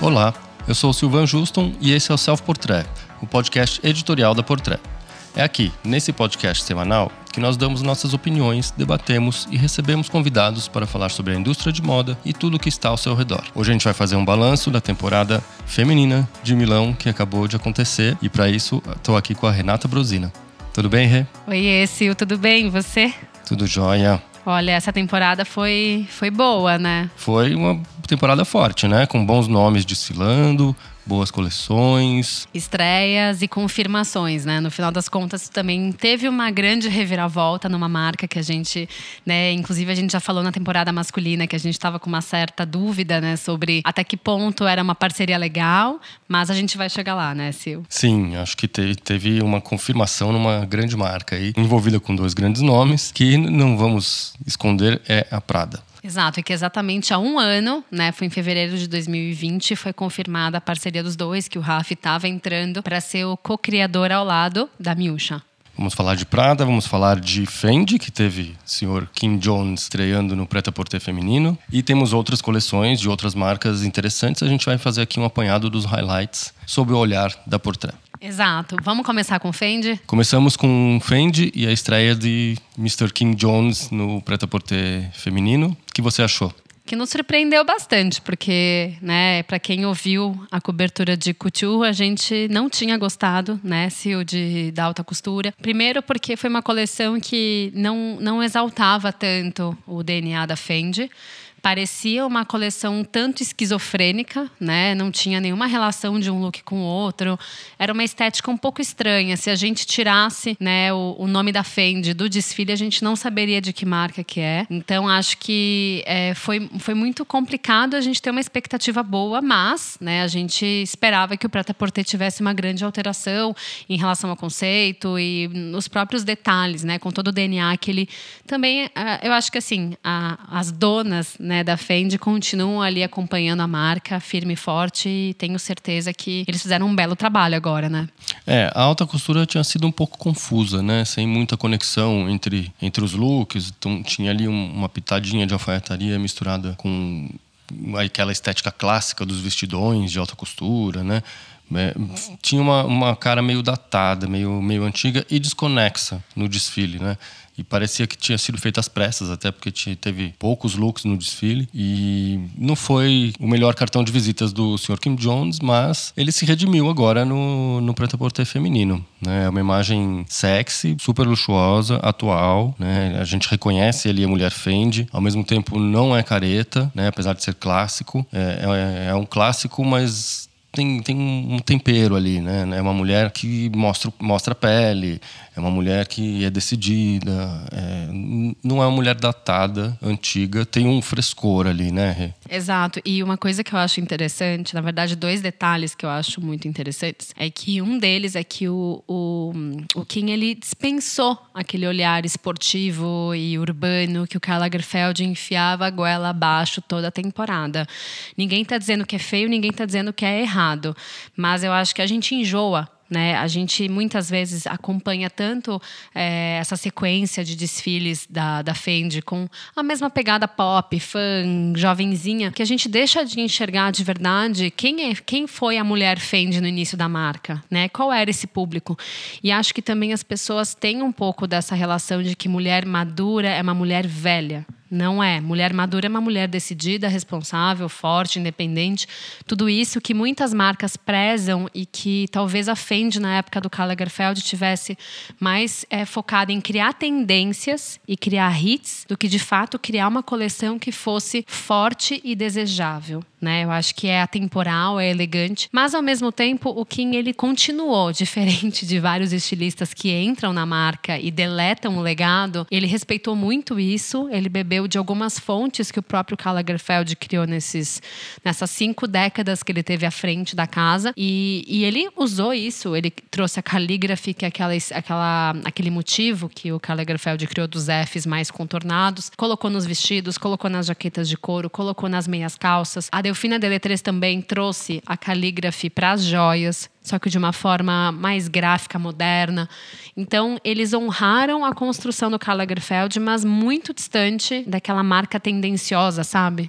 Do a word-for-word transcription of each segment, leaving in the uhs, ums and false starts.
Olá, eu sou o Silvan Juston e esse é o Self Portrait, o podcast editorial da Portrait. É aqui, nesse podcast semanal, que nós damos nossas opiniões, debatemos e recebemos convidados para falar sobre a indústria de moda e tudo o que está ao seu redor. Hoje a gente vai fazer um balanço da temporada feminina de Milão que acabou de acontecer e para isso estou aqui com a Renata Brosina. Tudo bem, Rê? Oi, Sil, tudo bem? E você? Tudo jóia. Olha, essa temporada foi, foi boa, né? Foi uma temporada forte, né? Com bons nomes desfilando, boas coleções. Estreias e confirmações, né? No final das contas, também teve uma grande reviravolta numa marca que a gente, né? Inclusive, a gente já falou na temporada masculina que a gente estava com uma certa dúvida, né? Sobre até que ponto era uma parceria legal, mas a gente vai chegar lá, né, Sil? Sim, acho que teve, teve uma confirmação numa grande marca aí, envolvida com dois grandes nomes, que não vamos esconder, é a Prada. Exato, e que exatamente há um ano, né, foi em fevereiro de dois mil e vinte, foi confirmada a parceria dos dois, que o Raf estava entrando para ser o co-criador ao lado da Miúcha. Vamos falar de Prada, vamos falar de Fendi, que teve o senhor Kim Jones estreando no Pret-a-Porter feminino. E temos outras coleções de outras marcas interessantes. A gente vai fazer aqui um apanhado dos highlights sob o olhar da Portrait. Exato. Vamos começar com Fendi? Começamos com Fendi e a estreia de mister Kim Jones no Pret-a-Porter feminino. O que você achou? Que nos surpreendeu bastante, porque, né, para quem ouviu a cobertura de Couture, a gente não tinha gostado, né, Sil, de, da alta costura. Primeiro porque foi uma coleção que não, não exaltava tanto o D N A da Fendi. Parecia uma coleção um tanto esquizofrênica, né? Não tinha nenhuma relação de um look com o outro. Era uma estética um pouco estranha. Se a gente tirasse, né, o, o nome da Fendi do desfile, a gente não saberia de que marca que é. Então, acho que é, foi, foi muito complicado a gente ter uma expectativa boa, mas, né, a gente esperava que o Pret-a-Porter tivesse uma grande alteração em relação ao conceito e nos próprios detalhes, né? Com todo o D N A que ele também... Eu acho que, assim, a, as donas, né, da Fendi continuam ali acompanhando a marca firme e forte e tenho certeza que eles fizeram um belo trabalho agora, né? É, a alta costura tinha sido um pouco confusa, né? Sem muita conexão entre, entre os looks. Então, tinha ali um, uma pitadinha de alfaiataria misturada com aquela estética clássica dos vestidões de alta costura, né? É, tinha uma, uma cara meio datada, meio, meio antiga e desconexa no desfile, né? E parecia que tinha sido feito às pressas, até porque tinha, teve poucos looks no desfile. E não foi o melhor cartão de visitas do senhor Kim Jones, mas ele se redimiu agora no, no Pret-a-Porter feminino, né? É uma imagem sexy, super luxuosa, atual, né? A gente reconhece ali a mulher Fendi, ao mesmo tempo não é careta, né? Apesar de ser clássico. É, é, é um clássico, mas... Tem, tem um tempero ali, né? É uma mulher que mostra, mostra a pele, é uma mulher que é decidida, é, não é uma mulher datada, antiga, tem um frescor ali, né? Exato, e uma coisa que eu acho interessante, na verdade dois detalhes que eu acho muito interessantes, é que um deles é que o, o, o Kim, ele dispensou aquele olhar esportivo e urbano que o Karl Lagerfeld enfiava a goela abaixo toda a temporada. Ninguém tá dizendo que é feio, ninguém tá dizendo que é errado. Mas eu acho que a gente enjoa, né? A gente muitas vezes acompanha tanto é, essa sequência de desfiles da, da Fendi com a mesma pegada pop, fã, jovenzinha, que a gente deixa de enxergar de verdade quem, é, quem foi a mulher Fendi no início da marca, né? Qual era esse público? E acho que também as pessoas têm um pouco dessa relação de que mulher madura é uma mulher velha. Não é. Mulher madura é uma mulher decidida, responsável, forte, independente. Tudo isso que muitas marcas prezam e que talvez a Fendi, na época do Karl Lagerfeld, tivesse mais é, focada em criar tendências e criar hits do que, de fato, criar uma coleção que fosse forte e desejável. Né? Eu acho que é atemporal, é elegante. Mas, ao mesmo tempo, o Kim, ele continuou, diferente de vários estilistas que entram na marca e deletam o legado. Ele respeitou muito isso. Ele bebeu de algumas fontes que o próprio Karl Lagerfeld criou nesses, nessas cinco décadas que ele teve à frente da casa. E, e ele usou isso. Ele trouxe a calligraphy, que é aquela, aquela, aquele motivo que o Karl Lagerfeld criou dos Fs mais contornados. Colocou nos vestidos, colocou nas jaquetas de couro, colocou nas meias calças. A Delfina Deletrez também trouxe a calligraphy para as joias. só que de uma forma mais gráfica, moderna. Então, eles honraram a construção do Karl Lagerfeld, mas muito distante daquela marca tendenciosa, sabe?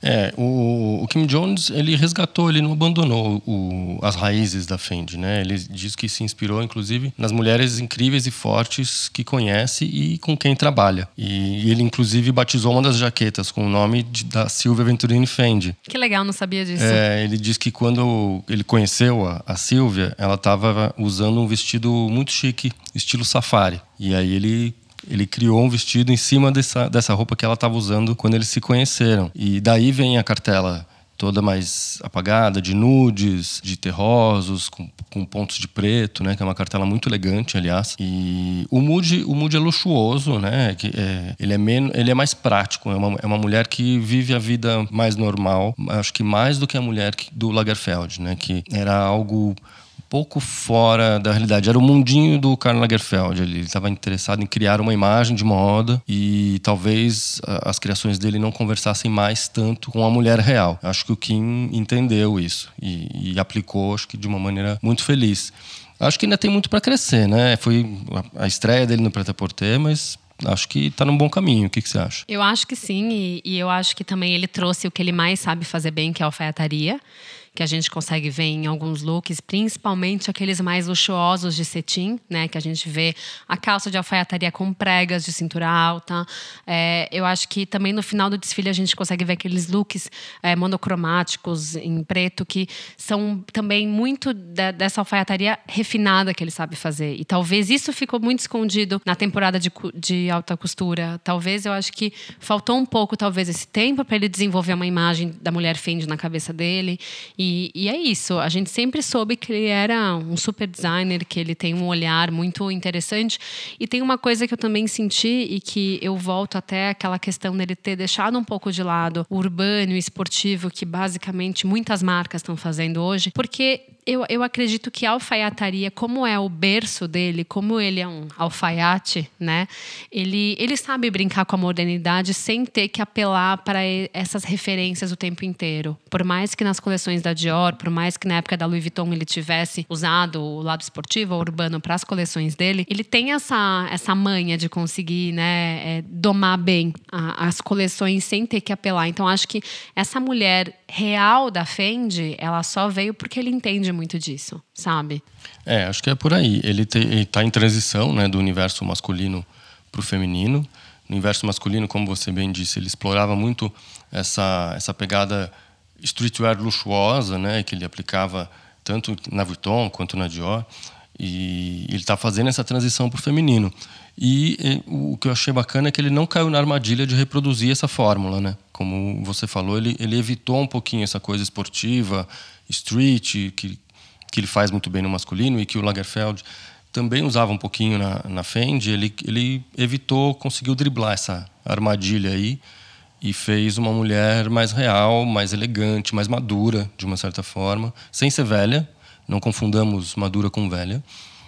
É, o, o Kim Jones, ele resgatou, ele não abandonou o, as raízes da Fendi, né? Ele diz que se inspirou, inclusive, nas mulheres incríveis e fortes que conhece e com quem trabalha. E, e ele, inclusive, batizou uma das jaquetas com o nome de, da Silvia Venturini Fendi. Que legal, não sabia disso. É, ele diz que quando ele conheceu a, a Silvia, ela estava usando um vestido muito chique, estilo safari. E aí ele... Ele criou um vestido em cima dessa, dessa roupa que ela estava usando quando eles se conheceram. E daí vem a cartela toda mais apagada, de nudes, de terrosos, com, com pontos de preto, né? Que é uma cartela muito elegante, aliás. E o mood, o mood é luxuoso, né? Que é, ele, é menos, ele é mais prático. É uma, é uma mulher que vive a vida mais normal. Acho que mais do que a mulher do Lagerfeld, né? Que era algo... pouco fora da realidade. Era o mundinho do Karl Lagerfeld. Ele estava interessado em criar uma imagem de moda e talvez as criações dele não conversassem mais tanto com a mulher real. Acho que o Kim entendeu isso e, e aplicou, acho que de uma maneira muito feliz. Acho que ainda tem muito para crescer, né? Foi a estreia dele no Prêt-à-Porter, mas... acho que está num bom caminho. O que, que você acha? Eu acho que sim. E, e eu acho que também ele trouxe o que ele mais sabe fazer bem, que é a alfaiataria. Que a gente consegue ver em alguns looks, principalmente aqueles mais luxuosos de cetim, né? Que a gente vê a calça de alfaiataria com pregas de cintura alta. É, eu acho que também no final do desfile a gente consegue ver aqueles looks é, monocromáticos em preto, que são também muito de, dessa alfaiataria refinada que ele sabe fazer. E talvez isso ficou muito escondido na temporada de, de alta costura. Talvez, eu acho que faltou um pouco, talvez, esse tempo para ele desenvolver uma imagem da mulher Fendi na cabeça dele. E E, e é isso, a gente sempre soube que ele era um super designer, que ele tem um olhar muito interessante. E tem uma coisa que eu também senti e que eu volto até aquela questão dele ter deixado um pouco de lado o urbano e esportivo, que basicamente muitas marcas estão fazendo hoje, porque eu, eu acredito que a alfaiataria, como é o berço dele, como ele é um alfaiate, né? Ele, ele sabe brincar com a modernidade sem ter que apelar para essas referências o tempo inteiro. Por mais que nas coleções da Dior, por mais que na época da Louis Vuitton ele tivesse usado o lado esportivo ou urbano para as coleções dele, ele tem essa, essa manha de conseguir, né, é, domar bem a, as coleções sem ter que apelar. Então acho que essa mulher real da Fendi, ela só veio porque ele entende muito disso, sabe? É, acho que é por aí. Ele está em transição, né, do universo masculino para o feminino. No universo masculino, como você bem disse, ele explorava muito essa, essa pegada streetwear luxuosa, né, que ele aplicava tanto na Vuitton quanto na Dior. E ele está fazendo essa transição para o feminino. E, e o que eu achei bacana é que ele não caiu na armadilha de reproduzir essa fórmula, né? Como você falou, ele, ele evitou um pouquinho essa coisa esportiva, street, que, que ele faz muito bem no masculino e que o Lagerfeld também usava um pouquinho na, na Fendi. Ele, ele evitou, conseguiu driblar essa armadilha aí e fez uma mulher mais real, mais elegante, mais madura, de uma certa forma, sem ser velha. Não confundamos madura com velha.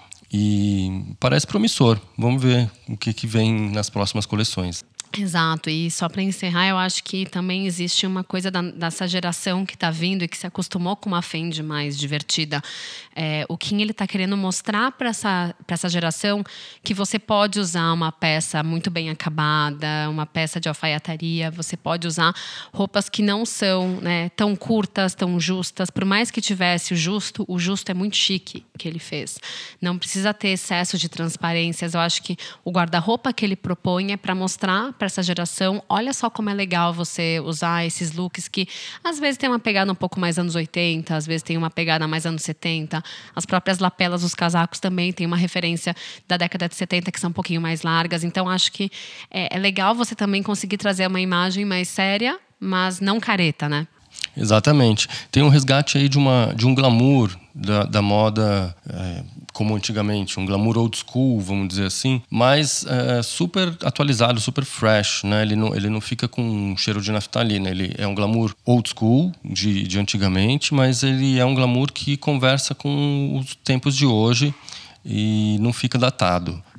E parece promissor. Vamos ver o que, que vem nas próximas coleções. Exato, e só para encerrar, eu acho que também existe uma coisa da, dessa geração que está vindo e que se acostumou com uma Fendi mais divertida. É, o Kim, ele está querendo mostrar para essa, para essa geração que você pode usar uma peça muito bem acabada, uma peça de alfaiataria, você pode usar roupas que não são, né, tão curtas, tão justas. Por mais que tivesse o justo, o justo é muito chique que ele fez. Não precisa ter excesso de transparências. Eu acho que o guarda-roupa que ele propõe é para mostrar para essa geração, olha só como é legal você usar esses looks que às vezes tem uma pegada um pouco mais anos oitenta, às vezes tem uma pegada mais anos setenta. As próprias lapelas dos casacos também tem uma referência da década de setenta que são um pouquinho mais largas. Então acho que é, é legal você também conseguir trazer uma imagem mais séria, mas não careta, né? Exatamente. Tem um resgate aí de, uma, de um glamour da, da moda, é, como antigamente, um glamour old school, vamos dizer assim, mas é, super atualizado, super fresh, né? Ele não, ele não fica com um cheiro de naftalina. Ele é um glamour old school, de, de antigamente, mas ele é um glamour que conversa com os tempos de hoje e não fica datado.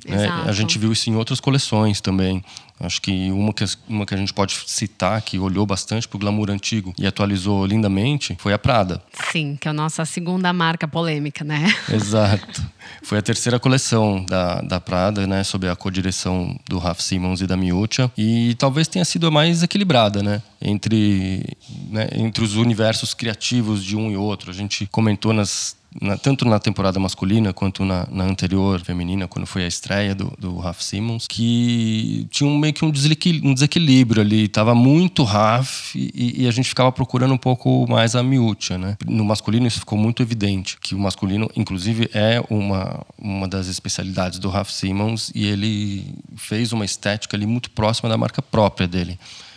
né? A gente viu isso em outras coleções também. Acho que uma que, uma que a gente pode citar, que olhou bastante para o glamour antigo e atualizou lindamente, foi a Prada. Sim, que é a nossa segunda marca polêmica, né? Exato. Foi a terceira coleção da, da Prada, né? Sob a co-direção do Raf Simons e da Miuccia. E talvez tenha sido a mais equilibrada, né? Entre, né? Entre os universos criativos de um e outro. A gente comentou nas... Na, tanto na temporada masculina quanto na, na anterior feminina, quando foi a estreia do, do Raf Simons, que tinha um, meio que um desequilíbrio, um desequilíbrio ali. Tava muito Raf e, e a gente ficava procurando um pouco mais a Miuccia, né? No masculino isso ficou muito evidente, que o masculino, inclusive, é uma, uma das especialidades do Raf Simons e ele fez uma estética ali muito próxima da marca própria dele.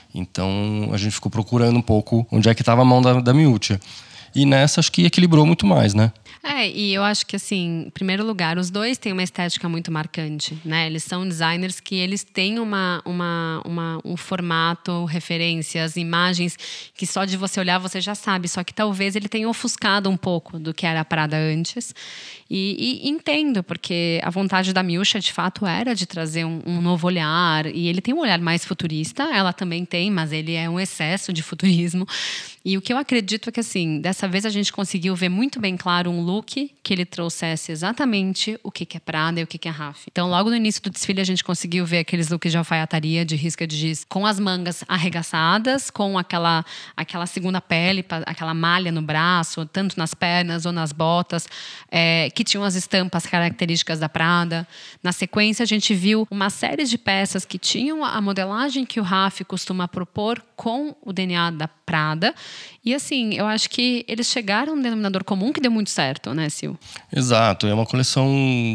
Então a gente ficou procurando um pouco onde é que estava a mão da, da Miuccia. E nessa acho que equilibrou muito mais, né? É, e eu acho que, assim, em primeiro lugar, os dois têm uma estética muito marcante, né? Eles são designers que eles têm uma, uma, uma, um formato, referências, imagens que só de você olhar você já sabe. Só que talvez ele tenha ofuscado um pouco do que era a Prada antes. E, e entendo, porque a vontade da Miuccia, de fato, era de trazer um, um novo olhar. E ele tem um olhar mais futurista, ela também tem, mas ele é um excesso de futurismo. E o que eu acredito é que, assim, dessa vez a gente conseguiu ver muito bem claro um look que ele trouxesse exatamente o que é Prada e o que é Raf. Então, logo no início do desfile, a gente conseguiu ver aqueles looks de alfaiataria, de risca de giz, com as mangas arregaçadas, com aquela, aquela segunda pele, aquela malha no braço, tanto nas pernas ou nas botas, é, que tinham as estampas características da Prada. Na sequência, a gente viu uma série de peças que tinham a modelagem que o Raf costuma propor com o D N A da Prada. E assim, eu acho que eles chegaram a um denominador comum que deu muito certo, né, Sil? Exato, é uma coleção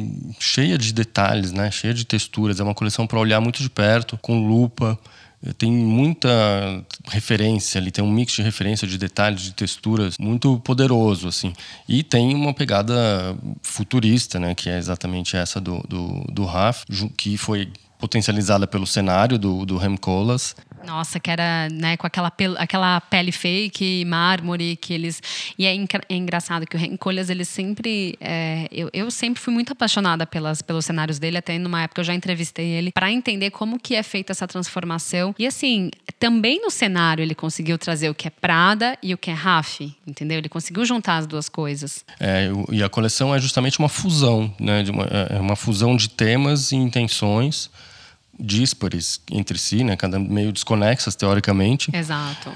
cheia de detalhes, né? Cheia de texturas, é uma coleção para olhar muito de perto, com lupa. Tem muita referência ali, tem um mix de referência, de detalhes, de texturas muito poderoso, assim. E tem uma pegada futurista, né? Que é exatamente essa do, do, do Raf, que foi potencializada pelo cenário do, do Rem Koolhaas. Nossa, que era, né, com aquela, pel- aquela pele fake, mármore, que eles... E é, enca- é engraçado que o Rem Koolhaas, ele sempre... É, eu, eu sempre fui muito apaixonada pelas, pelos cenários dele, até numa época eu já entrevistei ele, para entender como que é feita essa transformação. E assim, também no cenário ele conseguiu trazer o que é Prada e o que é Raf, entendeu? Ele conseguiu juntar as duas coisas. É, e a coleção é justamente uma fusão, né? De uma, é uma fusão de temas e intenções díspares entre si, né? Cada meio desconexas teoricamente. Exato.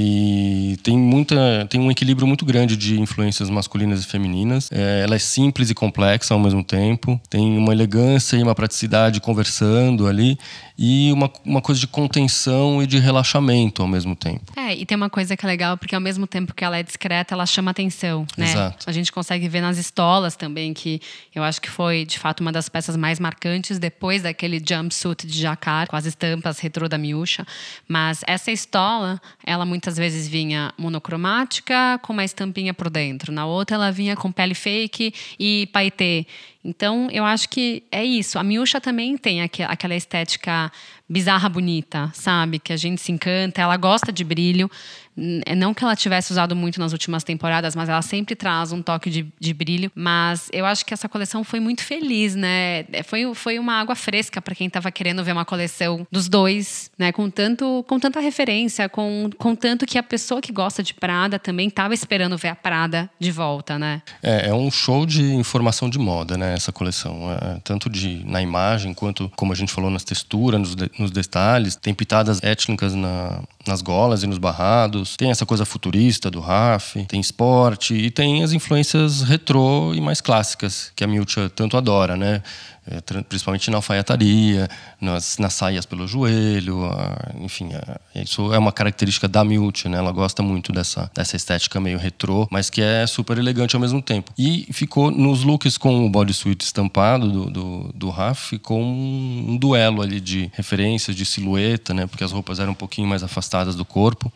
E tem muita, tem um equilíbrio muito grande de influências masculinas e femininas. É, ela é simples e complexa ao mesmo tempo. Tem uma elegância e uma praticidade conversando ali e uma, uma coisa de contenção e de relaxamento ao mesmo tempo. É, e tem uma coisa que é legal, porque ao mesmo tempo que ela é discreta, ela chama atenção, né? Exato. A gente consegue ver nas estolas também, que eu acho que foi, de fato, uma das peças mais marcantes depois daquele jumpsuit de jacquard, com as estampas retrô da Miuccia. Mas essa estola, ela muitas vezes vinha monocromática, com uma estampinha por dentro. Na outra, ela vinha com pele fake e paetê. Então, eu acho que é isso. A Miuccia também tem aquela estética bizarra bonita, sabe? Que a gente se encanta, ela gosta de brilho. Não que ela tivesse usado muito nas últimas temporadas, mas ela sempre traz um toque de, de brilho. Mas eu acho que essa coleção foi muito feliz, né? Foi, foi uma água fresca para quem estava querendo ver uma coleção dos dois, né? Com, tanto, com tanta referência, com, com tanto que a pessoa que gosta de Prada também estava esperando ver a Prada de volta, né? É, é um show de informação de moda, né? Essa coleção. É, tanto de, na imagem, quanto, como a gente falou, nas texturas, nos, de, nos detalhes. Tem pitadas étnicas na, nas golas e nos barrados. Tem essa coisa futurista do Raf, tem esporte e tem as influências retrô e mais clássicas, que a Miuccia tanto adora, né? É, principalmente na alfaiataria, nas, nas saias pelo joelho, a, enfim, a, isso é uma característica da Miuccia, né? Ela gosta muito dessa, dessa estética meio retrô, mas que é super elegante ao mesmo tempo. E ficou nos looks com o bodysuit estampado do, do, do Raf, ficou um, um duelo ali de referências, de silhueta, né? Porque as roupas eram um pouquinho mais afastadas do corpo.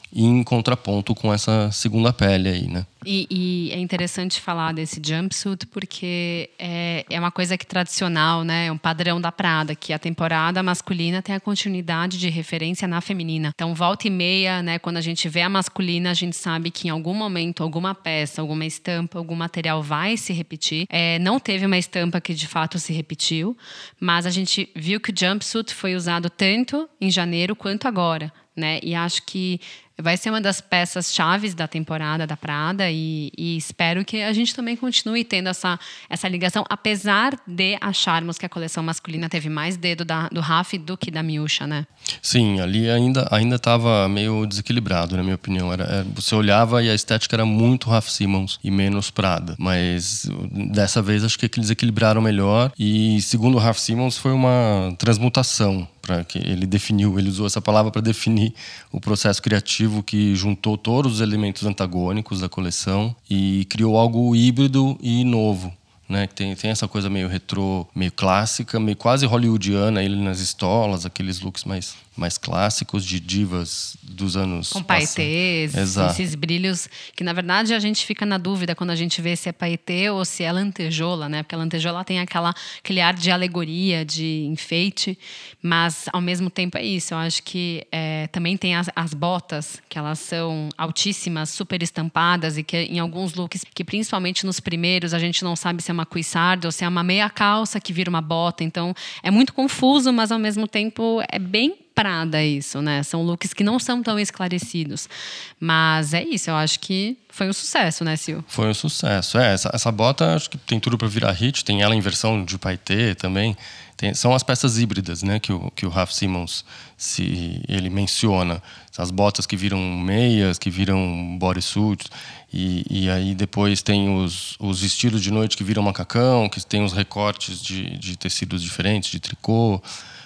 em contraponto com essa segunda pele aí, né? E, e é interessante falar desse jumpsuit porque é, é uma coisa que tradicional, né? É um padrão da Prada, que a temporada masculina tem a continuidade de referência na feminina. Então, volta e meia, né? Quando a gente vê a masculina, a gente sabe que em algum momento, alguma peça, alguma estampa, algum material vai se repetir. É, não teve uma estampa que de fato se repetiu, mas a gente viu que o jumpsuit foi usado tanto em janeiro quanto agora, né? E acho que vai ser uma das peças chaves da temporada da Prada e, e espero que a gente também continue tendo essa, essa ligação, apesar de acharmos que a coleção masculina teve mais dedo da, do Raf do que da Miúcha, né? Sim, ali ainda ainda estava meio desequilibrado, na minha opinião. Era, era, você olhava e a estética era muito Raf Simons e menos Prada. Mas dessa vez acho que eles equilibraram melhor e, segundo o Raf Simons, foi uma transmutação. Para que ele definiu, ele usou essa palavra para definir o processo criativo que juntou todos os elementos antagônicos da coleção e criou algo híbrido e novo, né? Tem, tem essa coisa meio retrô, meio clássica, meio quase hollywoodiana, ele nas estolas, aqueles looks mais, mais clássicos de divas dos anos com paetês, esses brilhos que na verdade a gente fica na dúvida quando a gente vê se é paetê ou se é lantejola, né? Porque a lantejola tem aquela, aquele ar de alegoria, de enfeite, mas ao mesmo tempo é isso. Eu acho que é, também tem as, as botas, que elas são altíssimas, super estampadas e que em alguns looks, que principalmente nos primeiros a gente não sabe se é uma cuissarda ou se é uma meia calça que vira uma bota. Então é muito confuso, mas ao mesmo tempo é bem Prada isso, né? São looks que não são tão esclarecidos. Mas é isso, eu acho que foi um sucesso, né, Sil? Foi um sucesso. É, essa, essa bota acho que tem tudo para virar hit. Tem ela em versão de paetê também. Tem, são as peças híbridas, né, que o, que o Raf Simons se, ele menciona. As botas que viram meias, que viram bodysuits. E, e aí depois tem os, os vestidos de noite que viram macacão, que tem os recortes de, de tecidos diferentes, de tricô.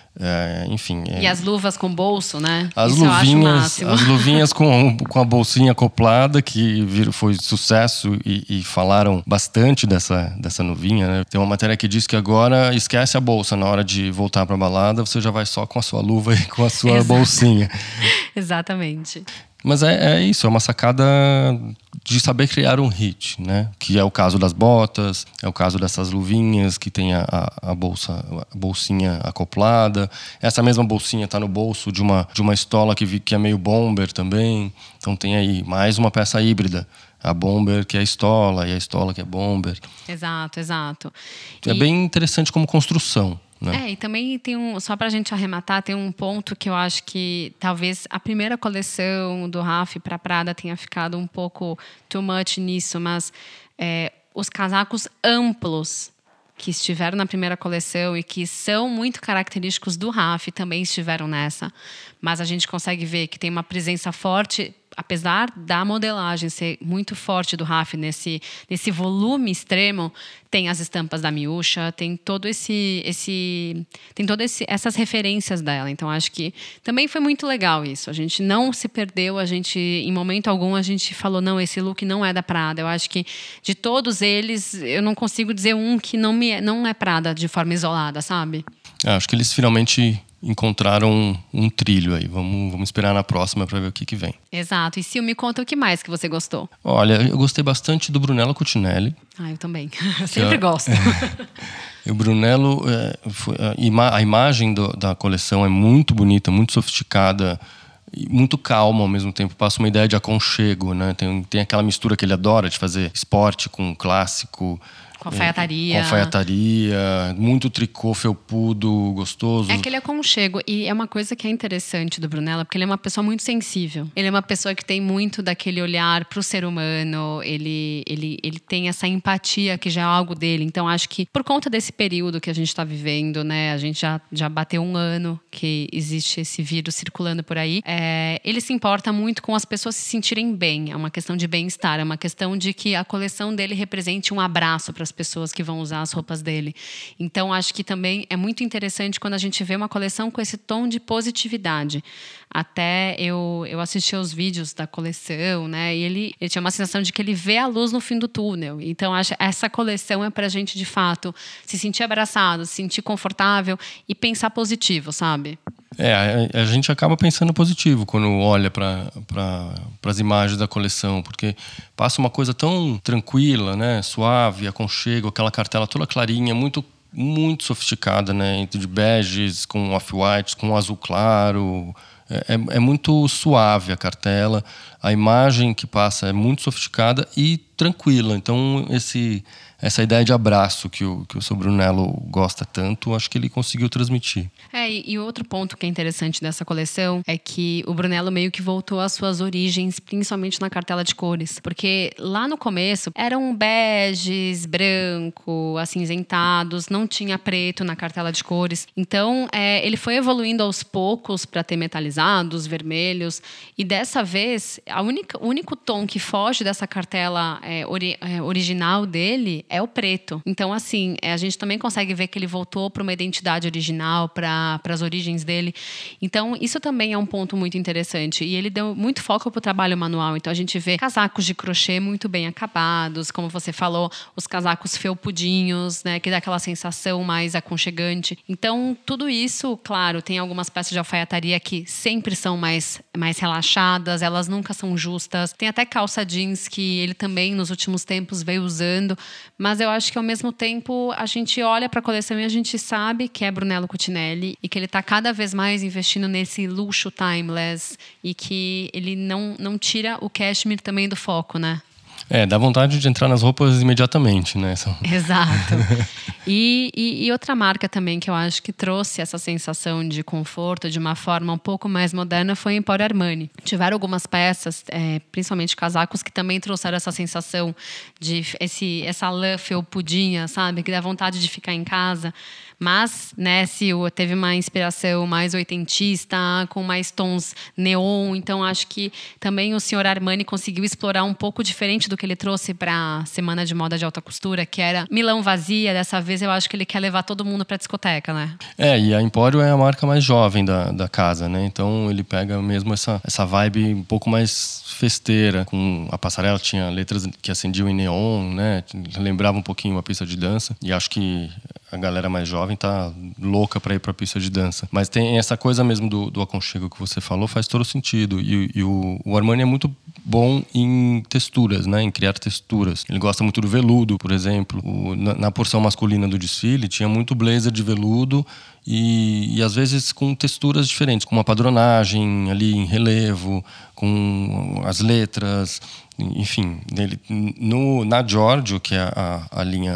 É, enfim. É... E as luvas com bolso, né? As Isso luvinhas, eu acho o máximo. As luvinhas com, com a bolsinha acoplada, que vir, foi sucesso e, e falaram bastante dessa, dessa luvinha, né? Tem uma matéria que diz que agora esquece a bolsa na hora de voltar para a balada, você já vai só com a sua luva e com a sua Exato. bolsinha. Exatamente. Mas é, é isso, é uma sacada de saber criar um hit, né? Que é o caso das botas, é o caso dessas luvinhas que tem a, a, a bolsa, a bolsinha acoplada. Essa mesma bolsinha está no bolso de uma, de uma estola que, que é meio bomber também. Então tem aí mais uma peça híbrida. A bomber que é a estola e a estola que é bomber. Exato, exato. É e... bem interessante como construção. Né? É, e também tem um, só pra gente arrematar, tem um ponto que eu acho que talvez a primeira coleção do Raf para Prada tenha ficado um pouco too much nisso, mas é, os casacos amplos que estiveram na primeira coleção e que são muito característicos do Raf também estiveram nessa, mas a gente consegue ver que tem uma presença forte, apesar da modelagem ser muito forte do Raf nesse, nesse volume extremo, tem as estampas da Miúcha, tem todo esse, esse tem todas essas referências dela. Então acho que também foi muito legal isso. A gente não se perdeu, a gente em momento algum a gente falou não, esse look não é da Prada. Eu acho que de todos eles eu não consigo dizer um que não me é, não é Prada de forma isolada, sabe? É, acho que eles finalmente encontraram um, um trilho aí. Vamos, vamos esperar na próxima para ver o que, que vem. Exato. E Sil, me conta o que mais que você gostou. Olha, eu gostei bastante do Brunello Cucinelli. Ah, eu também. Eu sempre é, gosto. O Brunello, é, foi, a, ima, a imagem do, da coleção é muito bonita, muito sofisticada e muito calma ao mesmo tempo. Passa uma ideia de aconchego, né? Tem, tem aquela mistura que ele adora de fazer esporte com clássico. Com alfaiataria. Com alfaiataria, muito tricô felpudo, gostoso. É aquele aconchego. E é uma coisa que é interessante do Brunello, porque ele é uma pessoa muito sensível. Ele é uma pessoa que tem muito daquele olhar pro ser humano. Ele, ele, ele tem essa empatia que já é algo dele. Então, acho que por conta desse período que a gente está vivendo, né? A gente já, já bateu um ano que existe esse vírus circulando por aí. É, ele se importa muito com as pessoas se sentirem bem. É uma questão de bem-estar. É uma questão de que a coleção dele represente um abraço para as pessoas que vão usar as roupas dele. Então, acho que também é muito interessante quando a gente vê uma coleção com esse tom de positividade. Até eu, eu assisti aos vídeos da coleção, né? E ele, ele tinha uma sensação de que ele vê a luz no fim do túnel. Então, acho que essa coleção é pra gente, de fato, se sentir abraçado, se sentir confortável e pensar positivo, sabe? É, a, a gente acaba pensando positivo quando olha para pra, as imagens da coleção, porque passa uma coisa tão tranquila, né? Suave, aconchego, aquela cartela toda clarinha, muito, muito sofisticada, né? Entre de beges, com off-whites, com azul claro. É, é, é muito suave a cartela. A imagem que passa é muito sofisticada e tranquila. Então, esse... essa ideia de abraço que o, que o seu Brunello gosta tanto, acho que ele conseguiu transmitir. É, e, e outro ponto que é interessante dessa coleção é que o Brunello meio que voltou às suas origens, principalmente na cartela de cores. Porque lá no começo eram beges, branco, acinzentados, não tinha preto na cartela de cores. Então, é, ele foi evoluindo aos poucos para ter metalizados, vermelhos. E dessa vez, a única, o único tom que foge dessa cartela é, ori, é, original dele é o preto. Então, assim, a gente também consegue ver que ele voltou para uma identidade original, para as origens dele. Então, isso também é um ponto muito interessante. E ele deu muito foco para o trabalho manual. Então, a gente vê casacos de crochê muito bem acabados, como você falou, os casacos felpudinhos, né, que dá aquela sensação mais aconchegante. Então, tudo isso, claro, tem algumas peças de alfaiataria que sempre são mais, mais relaxadas, elas nunca são justas. Tem até calça jeans que ele também, nos últimos tempos, veio usando. Mas eu acho que, ao mesmo tempo, a gente olha para a coleção e a gente sabe que é Brunello Cucinelli e que ele está cada vez mais investindo nesse luxo timeless e que ele não, não tira o cashmere também do foco, né? É, dá vontade de entrar nas roupas imediatamente, né? Exato. E, e, e outra marca também que eu acho que trouxe essa sensação de conforto de uma forma um pouco mais moderna foi a Emporio Armani. Tiveram algumas peças, é, principalmente casacos, que também trouxeram essa sensação de esse, essa lã felpudinha, sabe? Que dá vontade de ficar em casa. Mas, né, se teve uma inspiração mais oitentista, com mais tons neon. Então, acho que também o senhor Armani conseguiu explorar um pouco diferente do que ele trouxe para a Semana de Moda de Alta Costura, que era Milão vazia. Dessa vez, eu acho que ele quer levar todo mundo para a discoteca, né? É, e a Emporio é a marca mais jovem da, da casa, né? Então, ele pega mesmo essa, essa vibe um pouco mais festeira. Com a passarela tinha letras que acendiam em neon, né? Lembrava um pouquinho uma pista de dança. E acho que a galera mais jovem tá louca para ir para a pista de dança. Mas tem essa coisa mesmo do, do aconchego que você falou, faz todo sentido. E, e o, o Armani é muito bom em texturas, né? Em criar texturas. Ele gosta muito do veludo, por exemplo. O, na, na porção masculina do desfile, tinha muito blazer de veludo e, e às vezes com texturas diferentes, com uma padronagem ali em relevo, com as letras, enfim. Ele, no, na Giorgio, que é a, a linha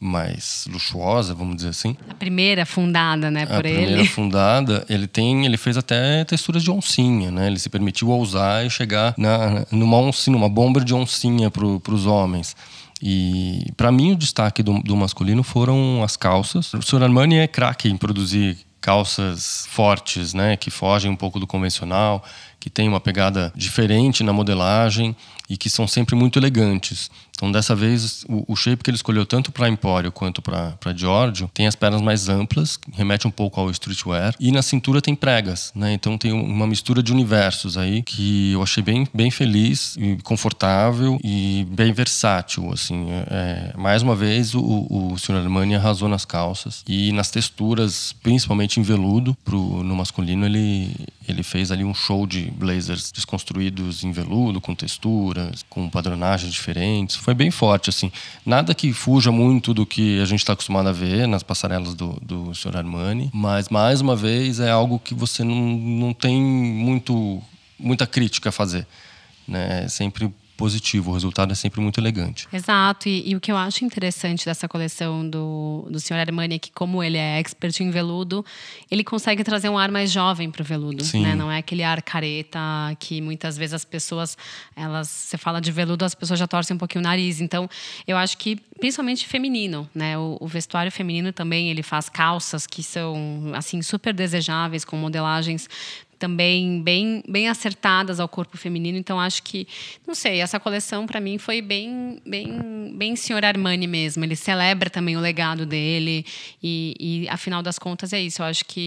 mais luxuosa, vamos dizer assim. A primeira fundada, né, por a ele. A primeira fundada, ele tem, ele fez até texturas de oncinha, né? Ele se permitiu ousar e chegar na, numa oncinha, uma bomber de oncinha para os homens. E para mim o destaque do, do masculino foram as calças. O senhor Armani é craque em produzir calças fortes, né? Que fogem um pouco do convencional, que tem uma pegada diferente na modelagem e que são sempre muito elegantes. Então, dessa vez, o, o shape que ele escolheu tanto para Emporio quanto para Giorgio tem as pernas mais amplas, remete um pouco ao streetwear, e na cintura tem pregas, né? Então tem uma mistura de universos aí que eu achei bem, bem feliz, e confortável e bem versátil, assim. É, mais uma vez, o, o senhor Armani arrasou nas calças e nas texturas, principalmente em veludo. Pro, no masculino, ele, ele fez ali um show de blazers desconstruídos em veludo, com texturas, com padronagens diferentes. Foi bem forte, assim. Nada que fuja muito do que a gente está acostumado a ver nas passarelas do, do senhor Armani, mas, mais uma vez, é algo que você não, não tem muito, muita crítica a fazer, né? É sempre positivo, o resultado é sempre muito elegante. Exato, e, e o que eu acho interessante dessa coleção do, do senhor Armani é que, como ele é expert em veludo, ele consegue trazer um ar mais jovem pro veludo, né? Não é aquele ar careta que muitas vezes as pessoas, elas, você fala de veludo, as pessoas já torcem um pouquinho o nariz. Então, eu acho que, principalmente feminino, né? O, o vestuário feminino também, ele faz calças que são, assim, super desejáveis, com modelagens também bem, bem acertadas ao corpo feminino. Então, acho que, não sei, essa coleção, para mim, foi bem, bem, bem senhor Armani mesmo. Ele celebra também o legado dele e, e, afinal das contas, é isso. Eu acho que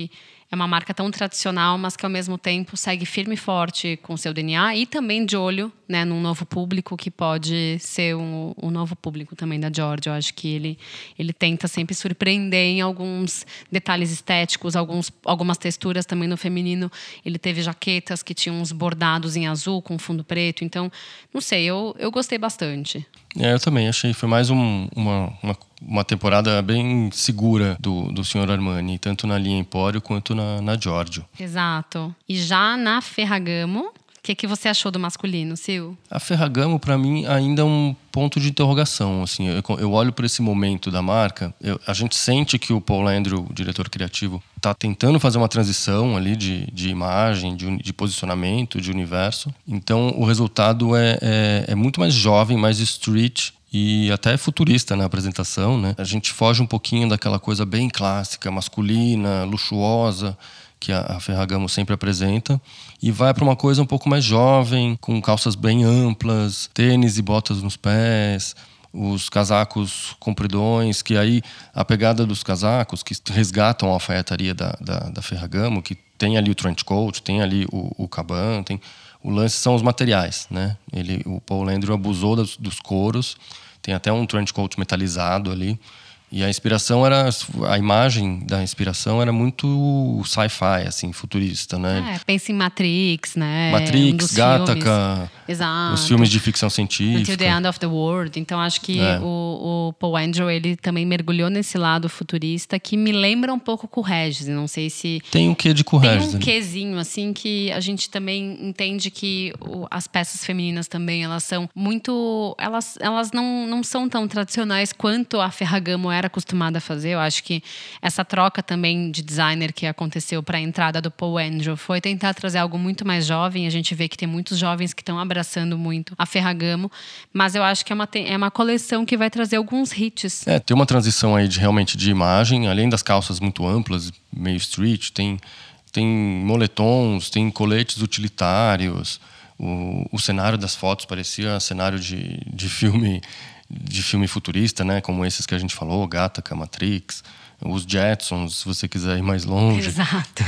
é uma marca tão tradicional, mas que ao mesmo tempo segue firme e forte com seu D N A e também de olho, né, num novo público que pode ser um, um novo público também da Giorgio. Eu acho que ele, ele tenta sempre surpreender em alguns detalhes estéticos, alguns, algumas texturas também no feminino. Ele teve jaquetas que tinham uns bordados em azul com fundo preto. Então, não sei, eu, eu gostei bastante. É, eu também achei. Foi mais um, uma, uma, uma temporada bem segura do, do senhor Armani, tanto na linha Empório quanto na, na Giorgio. Exato. E já na Ferragamo, o que, que você achou do masculino, Sil? A Ferragamo, para mim, ainda é um ponto de interrogação. Assim, eu, eu olho para esse momento da marca, eu, a gente sente que o Paul Landry, o diretor criativo, está tentando fazer uma transição ali de, de imagem, de, de posicionamento, de universo. Então, o resultado é, é, é muito mais jovem, mais street e até futurista na apresentação, né? A gente foge um pouquinho daquela coisa bem clássica, masculina, luxuosa, que a Ferragamo sempre apresenta, e vai para uma coisa um pouco mais jovem, com calças bem amplas, tênis e botas nos pés, os casacos compridões, que aí a pegada dos casacos, que resgatam a alfaiataria da, da, da Ferragamo, que tem ali o trench coat, tem ali o, o caban, tem... O lance são os materiais, né? Ele, o Paul Landry abusou dos, dos couros, tem até um trench coat metalizado ali. E a inspiração era... A imagem da inspiração era muito sci-fi, assim, futurista, né? É, pensa em Matrix, né? Matrix, um Gattaca, Exato. Os filmes de ficção científica. Until the End of the World. Então, acho que é. o, o Paul Andrew, ele também mergulhou nesse lado futurista que me lembra um pouco com o Regis. Não sei se... Tem um quê de com o Regis. Tem um quezinho, assim, que a gente também entende que o, as peças femininas também, elas são muito... Elas, elas não, não são tão tradicionais quanto a Ferragamo era acostumada a fazer. Eu acho que essa troca também de designer que aconteceu para a entrada do Paul Andrew foi tentar trazer algo muito mais jovem. A gente vê que tem muitos jovens que estão abraçando muito a Ferragamo, mas eu acho que é uma, é uma coleção que vai trazer alguns hits. É, tem uma transição aí de, realmente de imagem, além das calças muito amplas, meio street, tem, tem moletons, tem coletes utilitários. O, o cenário das fotos parecia cenário de, de filme... de filme futurista, né? Como esses que a gente falou, Gattaca, Matrix, os Jetsons, se você quiser ir mais longe. Exato.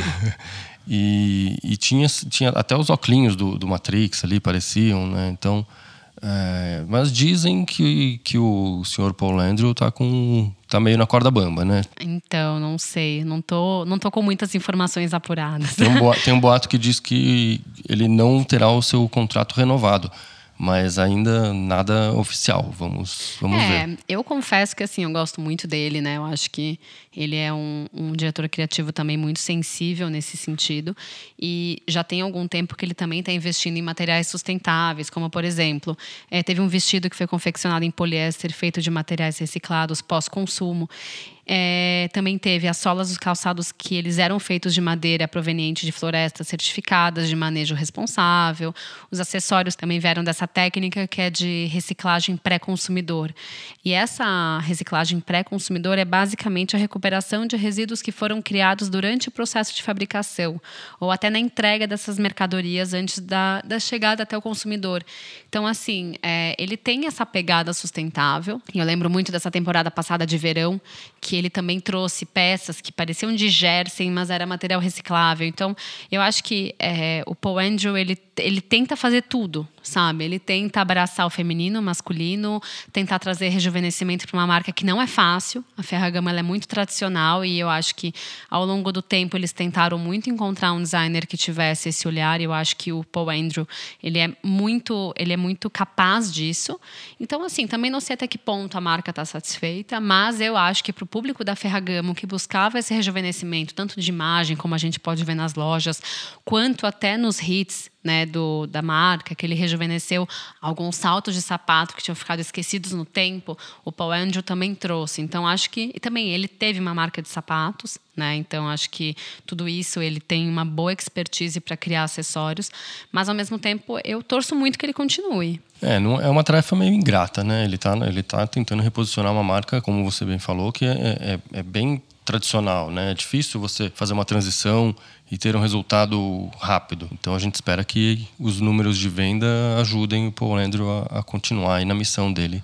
e e tinha, tinha até os óculos do, do Matrix ali, pareciam, né? Então, é, mas dizem que, que o senhor Paul Landry tá, com, tá meio na corda bamba, né? Então, não sei. Não tô, não tô com muitas informações apuradas. Tem um, boato, tem um boato que diz que ele não terá o seu contrato renovado. Mas ainda nada oficial, vamos, vamos é, ver. Eu confesso que assim, eu gosto muito dele, né? Eu acho que ele é um, um diretor criativo também muito sensível nesse sentido. E já tem algum tempo que ele também está investindo em materiais sustentáveis, como, por exemplo, é, teve um vestido que foi confeccionado em poliéster, feito de materiais reciclados pós-consumo. É, também teve as solas dos calçados que eles eram feitos de madeira proveniente de florestas certificadas de manejo responsável. Os acessórios também vieram dessa técnica que é de reciclagem pré-consumidor. E essa reciclagem pré-consumidor é basicamente a recuperação de resíduos que foram criados durante o processo de fabricação ou até na entrega dessas mercadorias antes da, da chegada até o consumidor. Então, assim, é, ele tem essa pegada sustentável. E eu lembro muito dessa temporada passada de verão, que ele também trouxe peças que pareciam de jersey, mas era material reciclável. Então, eu acho que é, o Paul Andrew, ele, ele tenta fazer tudo, sabe? Ele tenta abraçar o feminino, o masculino, tentar trazer rejuvenescimento para uma marca que não é fácil. A Ferragamo, ela é muito tradicional e eu acho que, ao longo do tempo, eles tentaram muito encontrar um designer que tivesse esse olhar. E eu acho que o Paul Andrew, ele é muito, ele é muito capaz disso. Então, assim, também não sei até que ponto a marca está satisfeita, mas eu acho que para o público da Ferragamo, que buscava esse rejuvenescimento, tanto de imagem, como a gente pode ver nas lojas, quanto até nos hits, né, do, da marca, que ele rejuvenesceu alguns saltos de sapato que tinham ficado esquecidos no tempo, o Paul Andrew também trouxe. Então, acho que... E também ele teve uma marca de sapatos, né? Então, acho que tudo isso, ele tem uma boa expertise para criar acessórios, mas, ao mesmo tempo, eu torço muito que ele continue. É, não, é uma tarefa meio ingrata, né? Ele tá, ele tá tentando reposicionar uma marca, como você bem falou, que é, é, é bem tradicional, né? É difícil você fazer uma transição e ter um resultado rápido. Então a gente espera que os números de venda ajudem o Paul Andrew a, a continuar aí na missão dele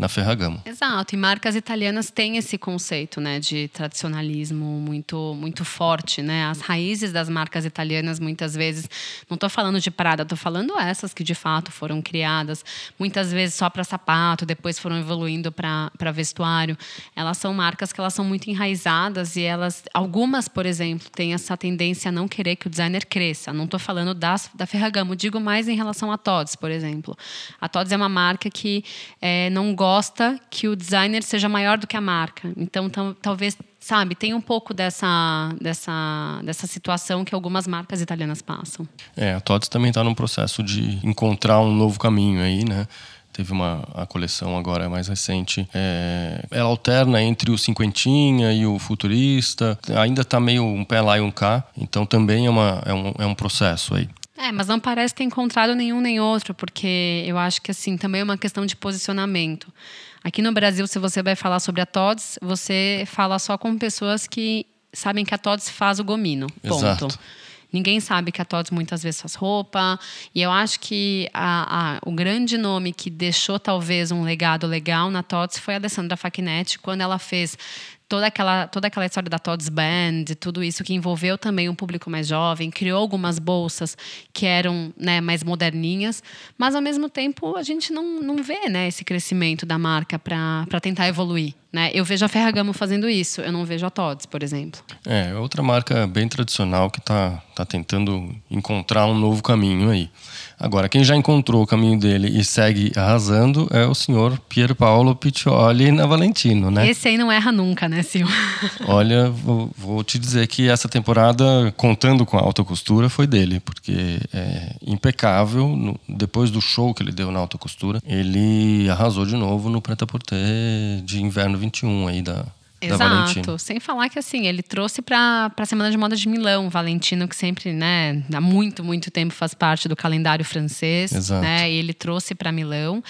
na Ferragamo. Exato, e marcas italianas têm esse conceito, né, de tradicionalismo muito, muito forte, né? As raízes das marcas italianas, muitas vezes, não estou falando de Prada, estou falando essas que de fato foram criadas, muitas vezes só para sapato, depois foram evoluindo para vestuário. Elas são marcas que elas são muito enraizadas e elas, algumas, por exemplo, têm essa tendência a não querer que o designer cresça. Não estou falando das, da Ferragamo, digo mais em relação a Tod's, por exemplo. A Tod's é uma marca que é, não gosta que o designer seja maior do que a marca. Então, tam, talvez, sabe, tem um pouco dessa, dessa, dessa situação que algumas marcas italianas passam. É, a Tod's também está num processo de encontrar um novo caminho aí, né? Teve uma a coleção agora mais recente. É, ela alterna entre o cinquentinha e o futurista. Ainda está meio um pé lá e um cá. Então também é, uma, é, um, é um processo aí. É, mas não parece ter encontrado nenhum nem outro, porque eu acho que assim, também é uma questão de posicionamento. Aqui no Brasil, se você vai falar sobre a Tod's, você fala só com pessoas que sabem que a Tod's faz o gomino. Ponto. Exato. Ninguém sabe que a Tod's muitas vezes faz roupa. E eu acho que a, a, o grande nome que deixou talvez um legado legal na Tod's foi a Alessandra Facchinetti, quando ela fez toda aquela, toda aquela história da Tod's Band, tudo isso que envolveu também um público mais jovem, criou algumas bolsas que eram, né, mais moderninhas, mas ao mesmo tempo a gente não, não vê, né, esse crescimento da marca para tentar evoluir. Né? Eu vejo a Ferragamo fazendo isso, eu não vejo a Tod's, por exemplo. É, outra marca bem tradicional que está tá tentando encontrar um novo caminho aí. Agora, quem já encontrou o caminho dele e segue arrasando é o senhor Pier Paolo Piccioli na Valentino, né? Esse aí não erra nunca, né, Sil? Olha, vou, vou te dizer que essa temporada, contando com a alta costura, foi dele, porque é impecável. No, depois do show que ele deu na alta costura, ele arrasou de novo no Prêt-à-Porter de inverno vinte e um aí da Exato, sem falar que assim, ele trouxe para a Semana de Moda de Milão, Valentino, que sempre, né, há muito, muito tempo faz parte do calendário francês. Exato. Né, e ele trouxe para Milão.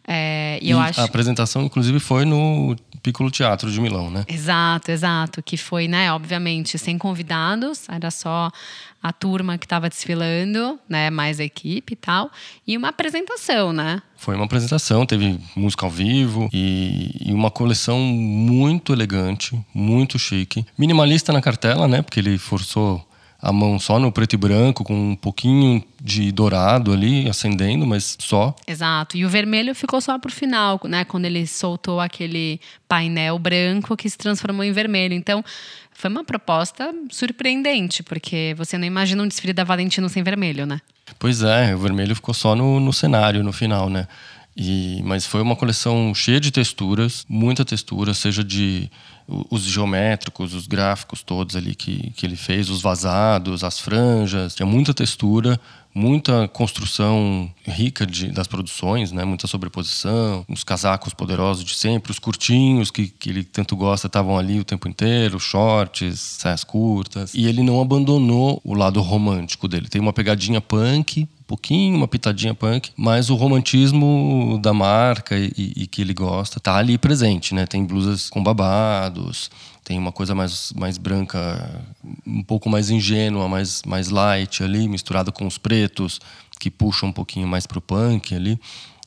É, e e eu acho... a apresentação, inclusive, foi no Piccolo Teatro de Milão, né? Exato, exato, que foi, né, obviamente, sem convidados, era só a turma que estava desfilando, né, mais a equipe e tal, e uma apresentação, né? Foi uma apresentação, teve música ao vivo e, e uma coleção muito elegante, muito chique. Minimalista na cartela, né, porque ele forçou a mão só no preto e branco, com um pouquinho de dourado ali, acendendo, mas só. Exato. E o vermelho ficou só pro final, né? Quando ele soltou aquele painel branco que se transformou em vermelho. Então, foi uma proposta surpreendente, porque você não imagina um desfile da Valentino sem vermelho, né? Pois é, o vermelho ficou só no, no cenário, no final, né? E, mas foi uma coleção cheia de texturas, muita textura, seja de os geométricos, os gráficos todos ali que, que ele fez, os vazados, as franjas, tinha muita textura, muita construção rica de, das produções, né? Muita sobreposição, os casacos poderosos de sempre, os curtinhos que, que ele tanto gosta estavam ali o tempo inteiro, shorts, saias curtas. E ele não abandonou o lado romântico dele. Tem uma pegadinha punk, um pouquinho, uma pitadinha punk, mas o romantismo da marca e, e que ele gosta tá ali presente, né? Tem blusas com babados, tem uma coisa mais, mais branca, um pouco mais ingênua, mais, mais light ali, misturada com os pretos, que puxam um pouquinho mais pro punk ali.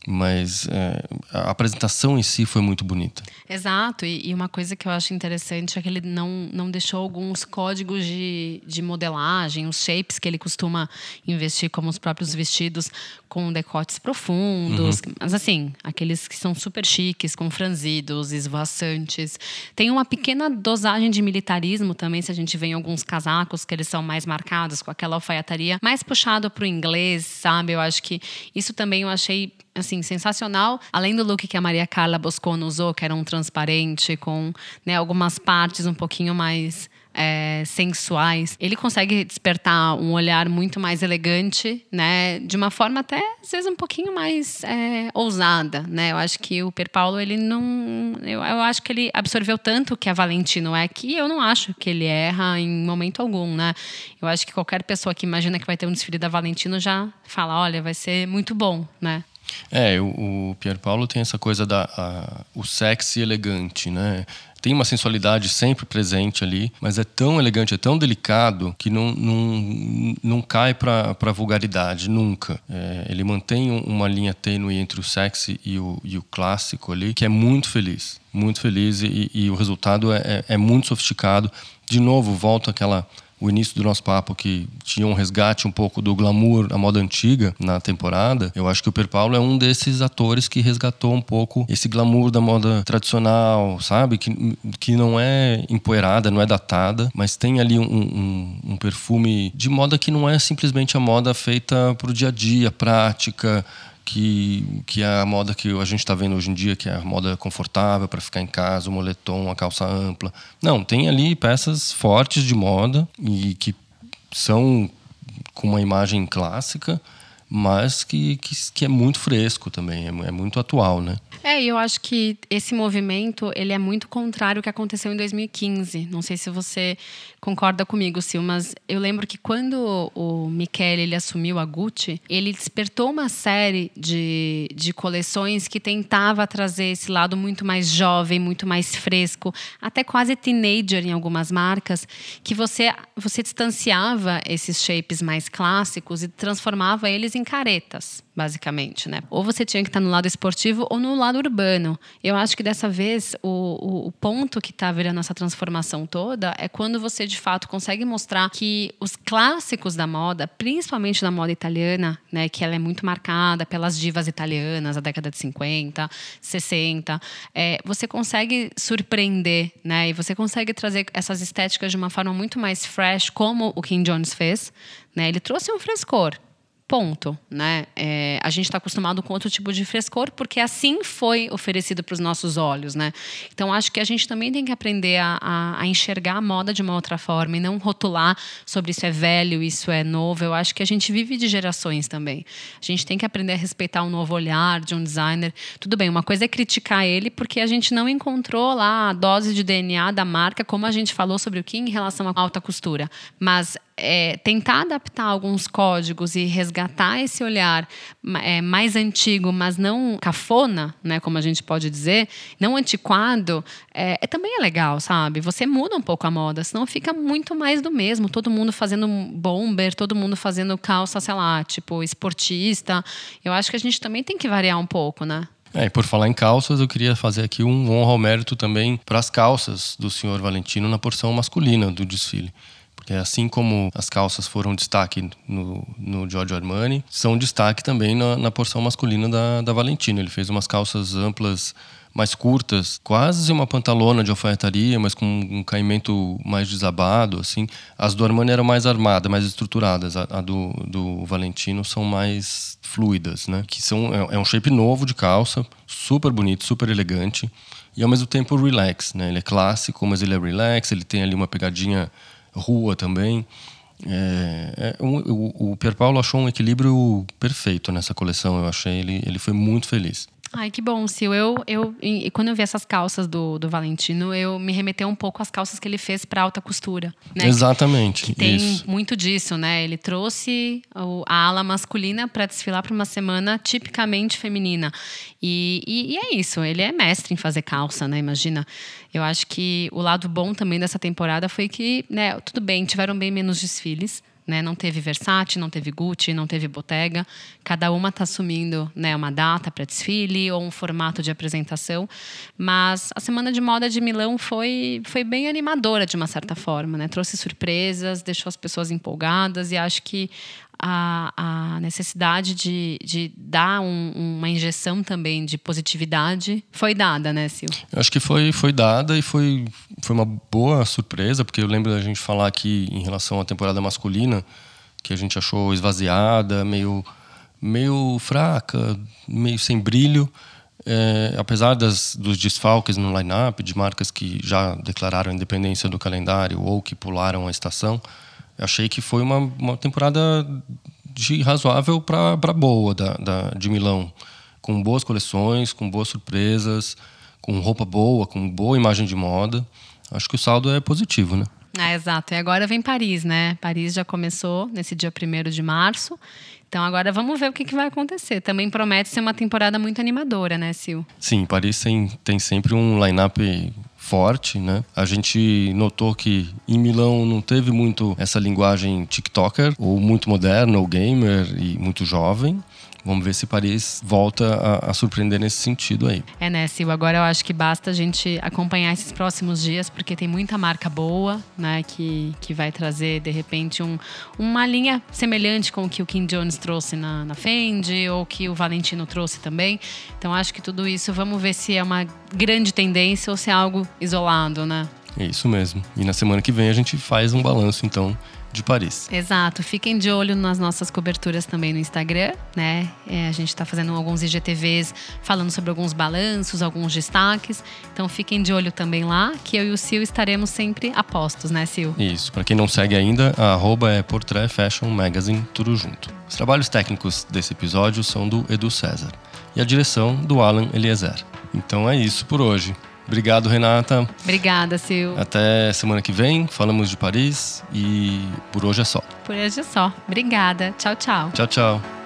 Mas é, a apresentação em si foi muito bonita. Exato, e, e uma coisa que eu acho interessante é que ele não, não deixou alguns códigos de, de modelagem, os shapes que ele costuma investir, como os próprios vestidos com decotes profundos. Uhum. Mas assim, aqueles que são super chiques, com franzidos, esvoaçantes. Tem uma pequena dosagem de militarismo também, se a gente vê em alguns casacos, que eles são mais marcados, com aquela alfaiataria mais puxado pro inglês, sabe? Eu acho que isso também eu achei... assim, sensacional. Além do look que a Maria Carla Boscone usou, que era um transparente com, né, algumas partes um pouquinho mais é, sensuais, ele consegue despertar um olhar muito mais elegante, né, de uma forma até às vezes um pouquinho mais é, ousada, né? Eu acho que o Pier Paolo, ele não, eu, eu acho que ele absorveu tanto o que a Valentino é, que eu não acho que ele erra em momento algum, né? Eu acho que qualquer pessoa que imagina que vai ter um desfile da Valentino já fala, olha, vai ser muito bom, né? É, o, o Pierpaolo tem essa coisa da a, o sexy elegante, né? Tem uma sensualidade sempre presente ali, mas é tão elegante, é tão delicado que não, não, não cai para a vulgaridade, nunca. É, ele mantém uma linha tênue entre o sexy e o, e o clássico ali, que é muito feliz, muito feliz e, e o resultado é, é, é muito sofisticado. De novo, volta àquela... o início do nosso papo, que tinha um resgate um pouco do glamour, a moda antiga na temporada. Eu acho que o Pierpaolo é um desses atores que resgatou um pouco esse glamour da moda tradicional, sabe? Que, que não é empoeirada, não é datada, mas tem ali um, um, um perfume de moda que não é simplesmente a moda feita pro dia a dia, prática, Que, que é a moda que a gente está vendo hoje em dia, que é a moda confortável para ficar em casa, o moletom, a calça ampla. Não, tem ali peças fortes de moda e que são com uma imagem clássica, mas que, que, que é muito fresco também, é, é muito atual, né? É, e eu acho que esse movimento, ele é muito contrário ao que aconteceu em dois mil e quinze. Não sei se você concorda comigo, Sil, mas eu lembro que quando o Michele ele assumiu a Gucci, ele despertou uma série de, de coleções que tentava trazer esse lado muito mais jovem, muito mais fresco, até quase teenager em algumas marcas, que você, você distanciava esses shapes mais clássicos e transformava eles em caretas, basicamente, né? Ou você tinha que estar no lado esportivo ou no lado urbano. Eu acho que dessa vez o, o, o ponto que está virando essa transformação toda é quando você de fato consegue mostrar que os clássicos da moda, principalmente da moda italiana, né, que ela é muito marcada pelas divas italianas da década de cinquenta, sessenta, é, você consegue surpreender, né? E você consegue trazer essas estéticas de uma forma muito mais fresh, como o Kim Jones fez, né? Ele trouxe um frescor. Ponto, né? É, a gente está acostumado com outro tipo de frescor porque assim foi oferecido para os nossos olhos, né? Então acho que a gente também tem que aprender a, a, a enxergar a moda de uma outra forma e não rotular sobre isso é velho, isso é novo. Eu acho que a gente vive de gerações também. A gente tem que aprender a respeitar um novo olhar de um designer. Tudo bem, uma coisa é criticar ele porque a gente não encontrou lá a dose de D N A da marca, como a gente falou sobre o Kim em relação à alta costura. Mas É, tentar adaptar alguns códigos e resgatar esse olhar é, mais antigo, mas não cafona, né, como a gente pode dizer, não antiquado, é, é, também é legal, sabe? Você muda um pouco a moda, senão fica muito mais do mesmo. Todo mundo fazendo bomber, todo mundo fazendo calça, sei lá, tipo esportista. Eu acho que a gente também tem que variar um pouco, né? É, e por falar em calças, eu queria fazer aqui um honra ao mérito também para as calças do senhor Valentino na porção masculina do desfile. Porque assim como as calças foram destaque no, no Giorgio Armani, são destaque também na, na porção masculina da, da Valentino. Ele fez umas calças amplas, mais curtas, quase uma pantalona de alfaiataria, mas com um caimento mais desabado, assim. As do Armani eram mais armadas, mais estruturadas. A, a do, do Valentino são mais fluidas, né? Que são, é, é um shape novo de calça, super bonito, super elegante. E ao mesmo tempo relax, né? Ele é clássico, mas ele é relax, ele tem ali uma pegadinha rua também. É, é, um, o, o Pierpaolo achou um equilíbrio perfeito nessa coleção, eu achei. Ele, ele foi muito feliz. Ai, que bom, Sil. Eu, eu, e quando eu vi essas calças do, do Valentino, eu me remetei um pouco às calças que ele fez para alta costura. Né? Exatamente. Que, que tem isso. muito disso, né? Ele trouxe o, a ala masculina para desfilar para uma semana tipicamente feminina. E, e, e é isso, ele é mestre em fazer calça, né? Imagina. Eu acho que o lado bom também dessa temporada foi que, né, tudo bem, tiveram bem menos desfiles. Né? Não teve Versace, não teve Gucci, não teve Bottega. Cada uma está assumindo, né, uma data para desfile ou um formato de apresentação. Mas a Semana de Moda de Milão foi, foi bem animadora, de uma certa forma. Né? Trouxe surpresas, deixou as pessoas empolgadas e acho que a, a necessidade de, de dar um, uma injeção também de positividade foi dada, né, Sil? Eu acho que foi, foi dada e foi, foi uma boa surpresa, porque eu lembro da gente falar aqui em relação à temporada masculina, que a gente achou esvaziada, meio, meio fraca, meio sem brilho. É, apesar das, dos desfalques no line-up, de marcas que já declararam a independência do calendário ou que pularam a estação, eu achei que foi uma, uma temporada de razoável para boa da, da, de Milão. Com boas coleções, com boas surpresas, com roupa boa, com boa imagem de moda. Acho que o saldo é positivo, né? É, exato. E agora vem Paris, né? Paris já começou nesse dia primeiro de março. Então agora vamos ver o que, que vai acontecer. Também promete ser uma temporada muito animadora, né, Sil? Sim, Paris tem, tem sempre um line-up forte, né? A gente notou que em Milão não teve muito essa linguagem TikToker, ou muito moderna, ou gamer e muito jovem. Vamos ver se Paris volta a, a surpreender nesse sentido aí. É, né, Sil? Agora eu acho que basta a gente acompanhar esses próximos dias, porque tem muita marca boa, né, que, que vai trazer, de repente, um, uma linha semelhante com o que o Kim Jones trouxe na, na Fendi, ou que o Valentino trouxe também. Então, acho que tudo isso, vamos ver se é uma grande tendência ou se é algo isolado, né? É isso mesmo. E na semana que vem a gente faz um balanço, então, de Paris. Exato. Fiquem de olho nas nossas coberturas também no Instagram, né? É, a gente está fazendo alguns I G T Vs falando sobre alguns balanços, alguns destaques. Então fiquem de olho também lá, que eu e o Sil estaremos sempre a postos, né, Sil? Isso. Para quem não segue ainda, a arroba é Portrait Fashion Magazine, tudo junto. Os trabalhos técnicos desse episódio são do Edu César e a direção do Alan Eliezer. Então é isso por hoje. Obrigado, Renata. Obrigada, Sil. Até semana que vem, falamos de Paris e por hoje é só. Por hoje é só. Obrigada. Tchau, tchau. Tchau, tchau.